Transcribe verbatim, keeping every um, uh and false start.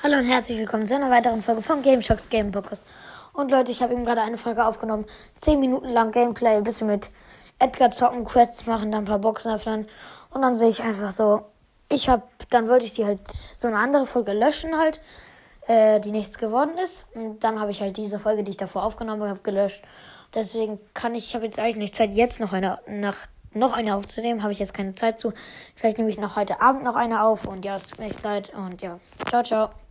Hallo und herzlich willkommen zu einer weiteren Folge von GameShox Game Podcast. Und Leute, ich habe eben gerade eine Folge aufgenommen. zehn Minuten lang Gameplay, ein bisschen mit Edgar zocken, Quests machen, dann ein paar Boxen öffnen. Und dann sehe ich einfach so, ich habe, dann wollte ich die halt so eine andere Folge löschen halt, äh, die nichts geworden ist. Und dann habe ich halt diese Folge, die ich davor aufgenommen habe, gelöscht. Deswegen kann ich, ich habe jetzt eigentlich nicht Zeit, jetzt noch eine, nach, noch eine aufzunehmen, habe ich jetzt keine Zeit zu. Vielleicht nehme ich noch heute Abend noch eine auf und ja, es tut mir echt leid und ja, ciao, ciao.